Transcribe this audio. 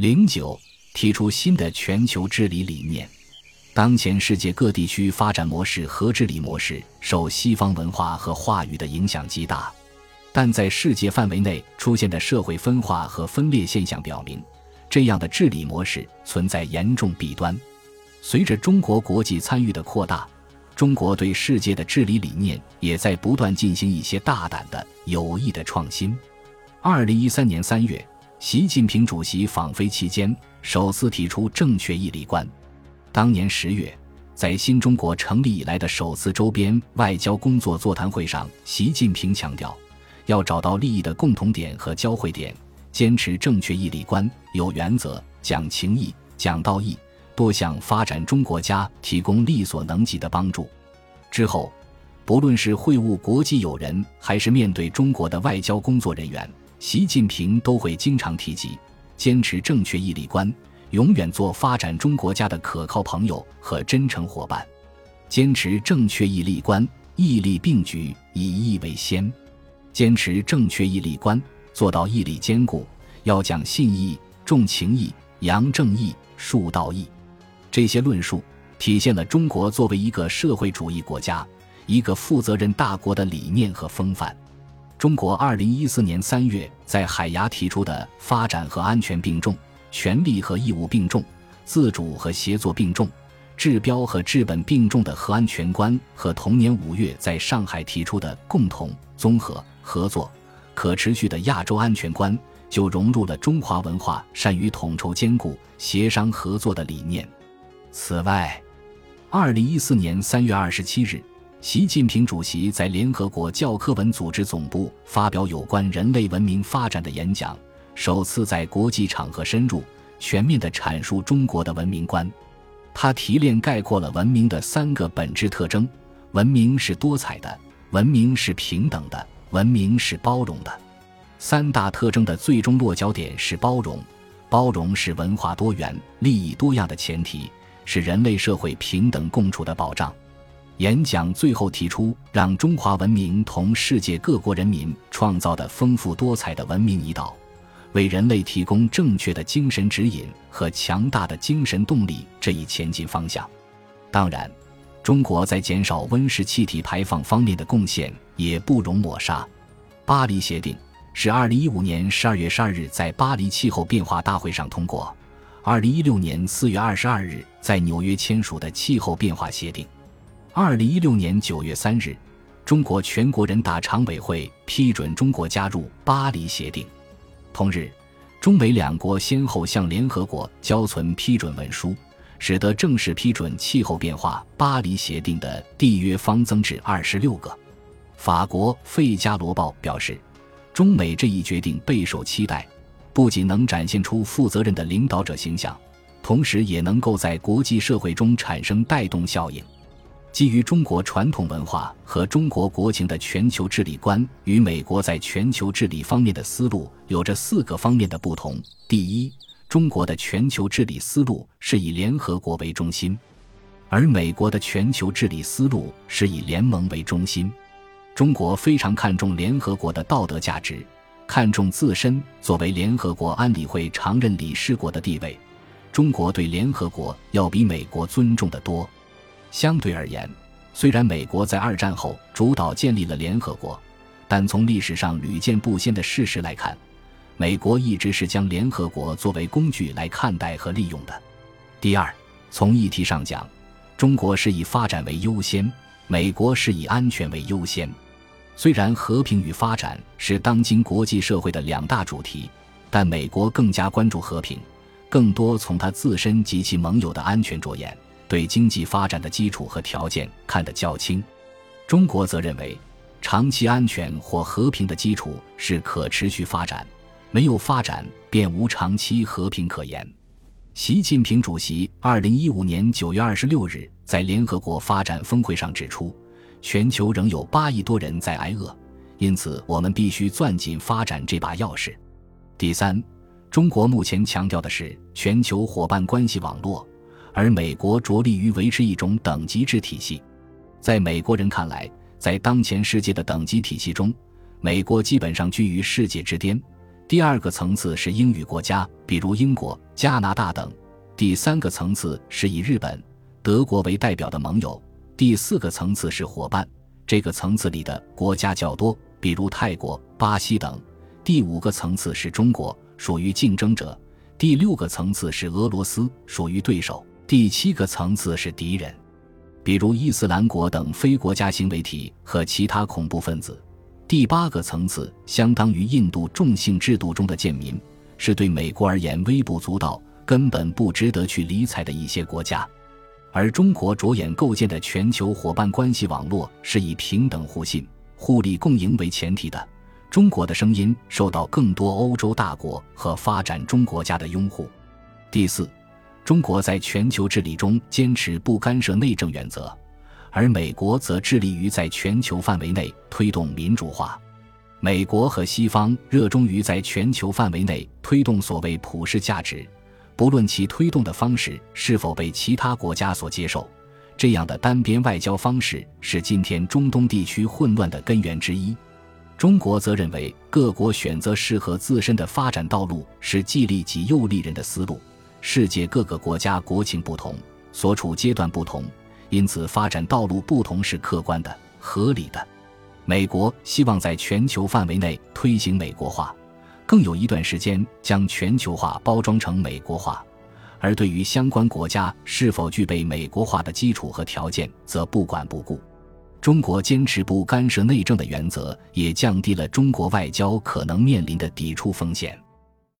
09提出新的全球治理理念。当前世界各地区发展模式和治理模式受西方文化和话语的影响极大，但在世界范围内出现的社会分化和分裂现象表明，这样的治理模式存在严重弊端。随着中国国际参与的扩大，中国对世界的治理理念也在不断进行一些大胆的有益的创新。2013年3月，习近平主席访菲期间首次提出正确义利观。当年10月，在新中国成立以来的首次周边外交工作座谈会上，习近平强调要找到利益的共同点和交汇点，坚持正确义利观，有原则，讲情义，讲道义，多向发展中国家提供力所能及的帮助。之后，不论是会晤国际友人还是面对中国的外交工作人员，习近平都会经常提及坚持正确义利观，永远做发展中国家的可靠朋友和真诚伙伴。坚持正确义利观，义利并举，以义为先。坚持正确义利观，做到义利兼顾，要讲信义，重情义，扬正义，述道义。这些论述体现了中国作为一个社会主义国家，一个负责任大国的理念和风范。中国2014年3月在海牙提出的发展和安全并重，权利和义务并重，自主和协作并重，治标和治本并重的核安全观，和同年5月在上海提出的共同、综合、合作、可持续的亚洲安全观，就融入了中华文化善于统筹兼顾、协商合作的理念。此外，2014年3月27日，习近平主席在联合国教科文组织总部发表有关人类文明发展的演讲，首次在国际场合深入、全面地阐述中国的文明观。他提炼概括了文明的3个本质特征：文明是多彩的，文明是平等的，文明是包容的。3大特征的最终落脚点是包容，包容是文化多元、利益多样的前提，是人类社会平等共处的保障。演讲最后提出，让中华文明同世界各国人民创造的丰富多彩的文明一道，为人类提供正确的精神指引和强大的精神动力这一前进方向。当然，中国在减少温室气体排放方面的贡献也不容抹杀。巴黎协定是2015年12月12日在巴黎气候变化大会上通过，2016年4月22日在纽约签署的气候变化协定。2016年9月3日，中国全国人大常委会批准中国加入巴黎协定。同日，中美两国先后向联合国交存批准文书，使得正式批准气候变化巴黎协定的缔约方增至26个。法国《费加罗报》表示，中美这一决定备受期待，不仅能展现出负责任的领导者形象，同时也能够在国际社会中产生带动效应。基于中国传统文化和中国国情的全球治理观与美国在全球治理方面的思路有着4个方面的不同。第一，中国的全球治理思路是以联合国为中心，而美国的全球治理思路是以联盟为中心。中国非常看重联合国的道德价值，看重自身作为联合国安理会常任理事国的地位。中国对联合国要比美国尊重得多。相对而言，虽然美国在2战后主导建立了联合国，但从历史上屡见不鲜的事实来看，美国一直是将联合国作为工具来看待和利用的。第二，从议题上讲，中国是以发展为优先，美国是以安全为优先。虽然和平与发展是当今国际社会的2大主题，但美国更加关注和平，更多从它自身及其盟友的安全着眼，对经济发展的基础和条件看得较轻。中国则认为，长期安全或和平的基础是可持续发展，没有发展便无长期和平可言。习近平主席2015年9月26日在联合国发展峰会上指出，全球仍有8亿多人在挨饿，因此我们必须攥紧发展这把钥匙。第三，中国目前强调的是全球伙伴关系网络，而美国着力于维持一种等级制体系。在美国人看来，在当前世界的等级体系中，美国基本上居于世界之巅， 第二个层次是英语国家，比如英国、加拿大等。第三个层次是以日本、德国为代表的盟友。第四个层次是伙伴，这个层次里的国家较多，比如泰国、巴西等。第五个层次是中国，属于竞争者。第六个层次是俄罗斯，属于对手。第七个层次是敌人，比如伊斯兰国等非国家行为体和其他恐怖分子。第八个层次相当于印度种姓制度中的贱民，是对美国而言微不足道，根本不值得去理睬的一些国家。而中国着眼构建的全球伙伴关系网络是以平等互信、互利共赢为前提的，中国的声音受到更多欧洲大国和发展中国家的拥护。第四，中国在全球治理中坚持不干涉内政原则，而美国则致力于在全球范围内推动民主化。美国和西方热衷于在全球范围内推动所谓普世价值，不论其推动的方式是否被其他国家所接受，这样的单边外交方式是今天中东地区混乱的根源之一。中国则认为各国选择适合自身的发展道路是既利己又利人的思路。世界各个国家国情不同，所处阶段不同，因此发展道路不同是客观的、合理的。美国希望在全球范围内推行美国化，更有一段时间将全球化包装成美国化，而对于相关国家是否具备美国化的基础和条件则不管不顾。中国坚持不干涉内政的原则，也降低了中国外交可能面临的抵触风险。